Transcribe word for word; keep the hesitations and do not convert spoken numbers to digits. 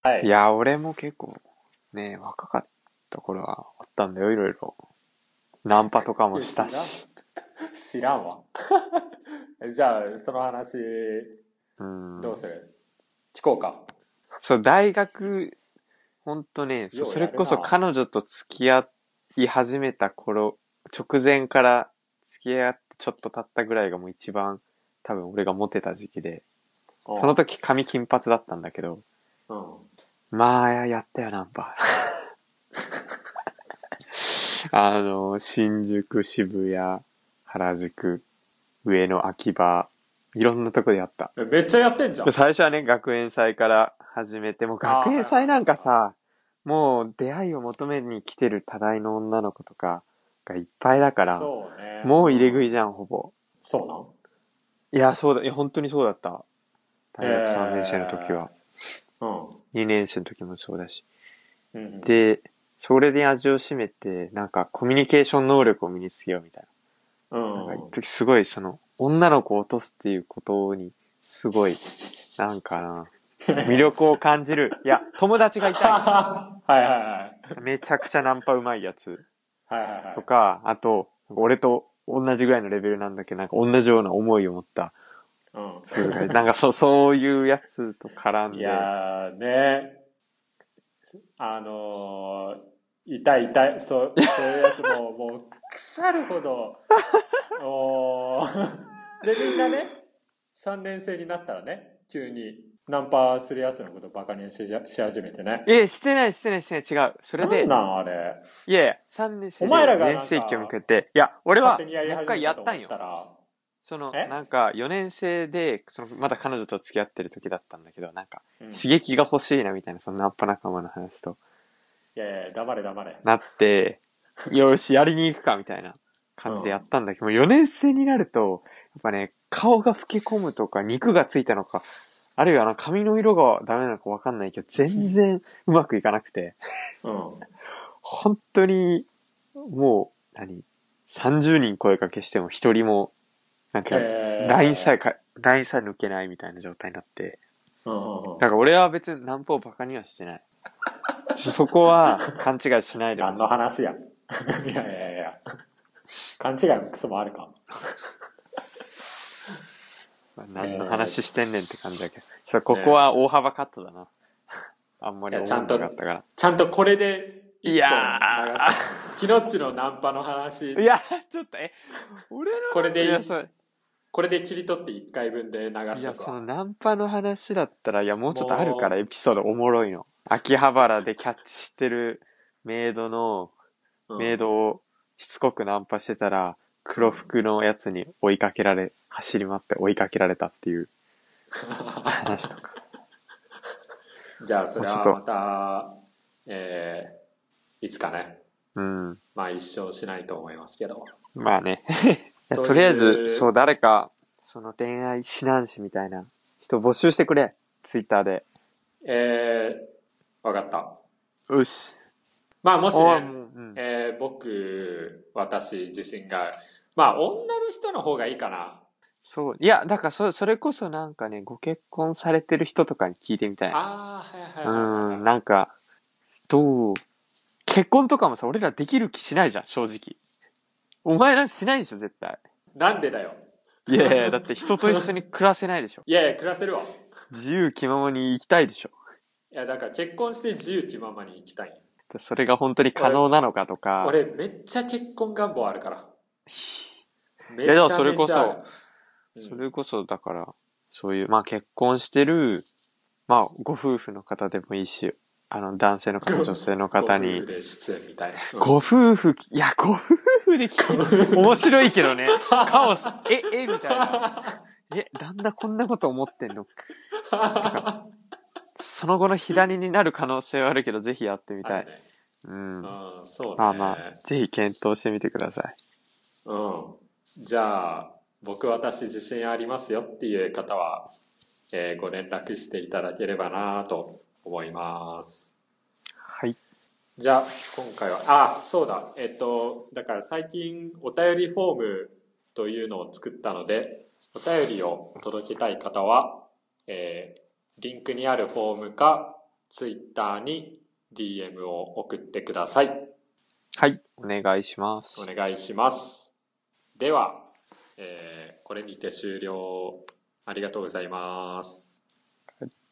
はい。 いや、俺も結構ね、若かった頃はあったんだよ、いろいろ。ナンパとかもしたし。 知らんわ。じゃあ、その話、 うん。 どうする？聞こうか。 そう、大学、ほんとね、そう、 ようそれこそやるな。 彼女と付き合い始めた頃、直前から付き合ってちょっと経ったぐらいがもう一番多分俺がモテた時期で、その時髪金髪だったんだけど、 うん。 まあ、やったよ、ナンパ。あの、新宿、渋谷、原宿、上野、秋葉、いろんなとこでやった。 うん。めっちゃやってんじゃん。 最初はね、学園祭から始めて、もう学ああ、はいはい園祭なんかはいはさ、もう出会いを求めに来てる多大の女の子とかがいっぱいだい。 から、 そうね。 もう入れうん。 食いじゃん、ほぼ。 そうなん？ いや、そうだ、いや、本当にそうだった。大学さんねん生の時は。 えー、うん。 にねん生の時もそうだし。 うんうん。 で、それで味を占めて、なんかコミュニケーション能力を身につけようみたいうな。なんか一ん。 時すごいその、女の子を落とすっていうことに、すごい、なんかな、魅力を感じる。いや、友達がいたんよ。 はいはいはい。 めちゃくちゃナンパうまいやつはいはいはい。 とか、あと、俺と同じぐらいのレベルなんだけど、なんか同じような思いを持ったうん。 ツールがいて、なんかそ、そういうやつと絡いんで、 やーね、あのー、痛い痛い、そう、そういうやつも、もう腐るほど、おーで、みんなね、さんねん生になったらね、急にナンパするやつのことバカにしし始めてね。 え、してないしてないしてない違う。それで、 なんなんあれ。 いやいや、さんねん生でお前らが全盛期を迎なんか、 えて、いや、俺は勝手にやりもう一回始めたと思やったんよ。 ったら、 その、なんえか、よねん生で、その、まだ彼女と付き合ってる時だったんだけど、なんか、 うん。 刺激が欲しいなみたいな、そのナンパ仲間の話といやいや、黙れ黙れ。 なって、よし、やりに行くかみたいなうん。 感じでやったんだけど、もうよねん生になると、やっぱね、顔が老け込むとか、肉がついたのか、あるいはな髪の色がダメなのかわかんないけど、全然うまくいかなくて、 うん。 本当に、もう、何 ?さんじゅう 人声かけしても一人も、なんか、ライン さえへか、ライン さえ抜けないみたいな状態になって。 ー。うんうんうん。 だから俺は別にナンパをバカにはしてない。そこは勘違いしないでほ何しい。 の話や。いやいやいや。勘違いもクソもあるか。 何のえ話してんねんって感じだけど。ちょっとー、 ここはね大幅カットだな。あんまえ。いや、ちり思んゃんと、 なかったから。 ちゃんとこれでい一本流やそう。キノッチのナンパの話、 ー、いや、ちょっと、え、俺これの、いや、 で、 それ、 これで切り取って一回分で流いや、 しとくわ。 そのナンパの話だったら、いや、もうちょっとあるから、エもピソードおもろいの。秋葉原でキャッチしてるメイドの、 う、うん。 メイドをしつこくナンパしてたら、 うん。 黒服のやつに追いかけられ、走り回って追いかけられたっていう話とか。 じゃあ、そもうちょっと、 れはまた、えー、いつかね。 うん。 まあ一生しないと思いますけど。 まあね。いや、 ととりあえず、そう、 いう、 誰か、その恋愛指南士みたいな人募集してくれ。ツイッターで。 えー、わかった。 うっす。 まあもしおい、 ね、 もう、うん。 えー、僕、私自身が、まあ女の人の方がいいかな。 そう。いや、だからそ、それこそなんかね、ご結婚されてる人とかに聞いてみたいな。 ああ、はいはいうはいはいーん、 はなんか、どう、結婚とかもさ、俺らできる気しないじゃん、正直。お前らしないでしょ、絶対。 い。なんでだよ。 いやいや、だって人と一緒に暮らせないでしょ。 いやいや、暮らせるわ。 自由気ままに生きたいでしょ。 いや、だから結婚して自由気ままに生きたいんよ。 それが本当に可能俺、 なのかとか。 俺めっちゃ結婚願望あるから。 いや、でもめちゃそれこそ、 めちゃある。うん。 それこそだから、そういう、まあ結婚してる、まあご夫婦の方でもいいし、あの男性の方、女性のご、ご方に、 夫婦で出演みたいな。うん、 ご夫婦、いや、ご夫婦で聞く、面白いけどね、カオス、え、え、みたいな。え、旦那こんなこと思ってんのとか、その後の火種になる可能性はあるけど、ぜひやってみたい。 あるね。 うん。 うん、そうまあまあ、 ね。 ぜひ検討してみてください。 うん。じゃあ、僕私自信ありますよっていう方は、えーご連絡していただければなと思います。 はい。 じゃあ、今回は、あ、そうだ。えっと、だから最近お便りフォームというのを作ったので、お便りを届けたい方は、えーリンクにあるフォームか、 ツイッターに ディーエム を送ってください。 はい、お願いします。 お願いします。では、えーこれにて終了。ありがとうございます。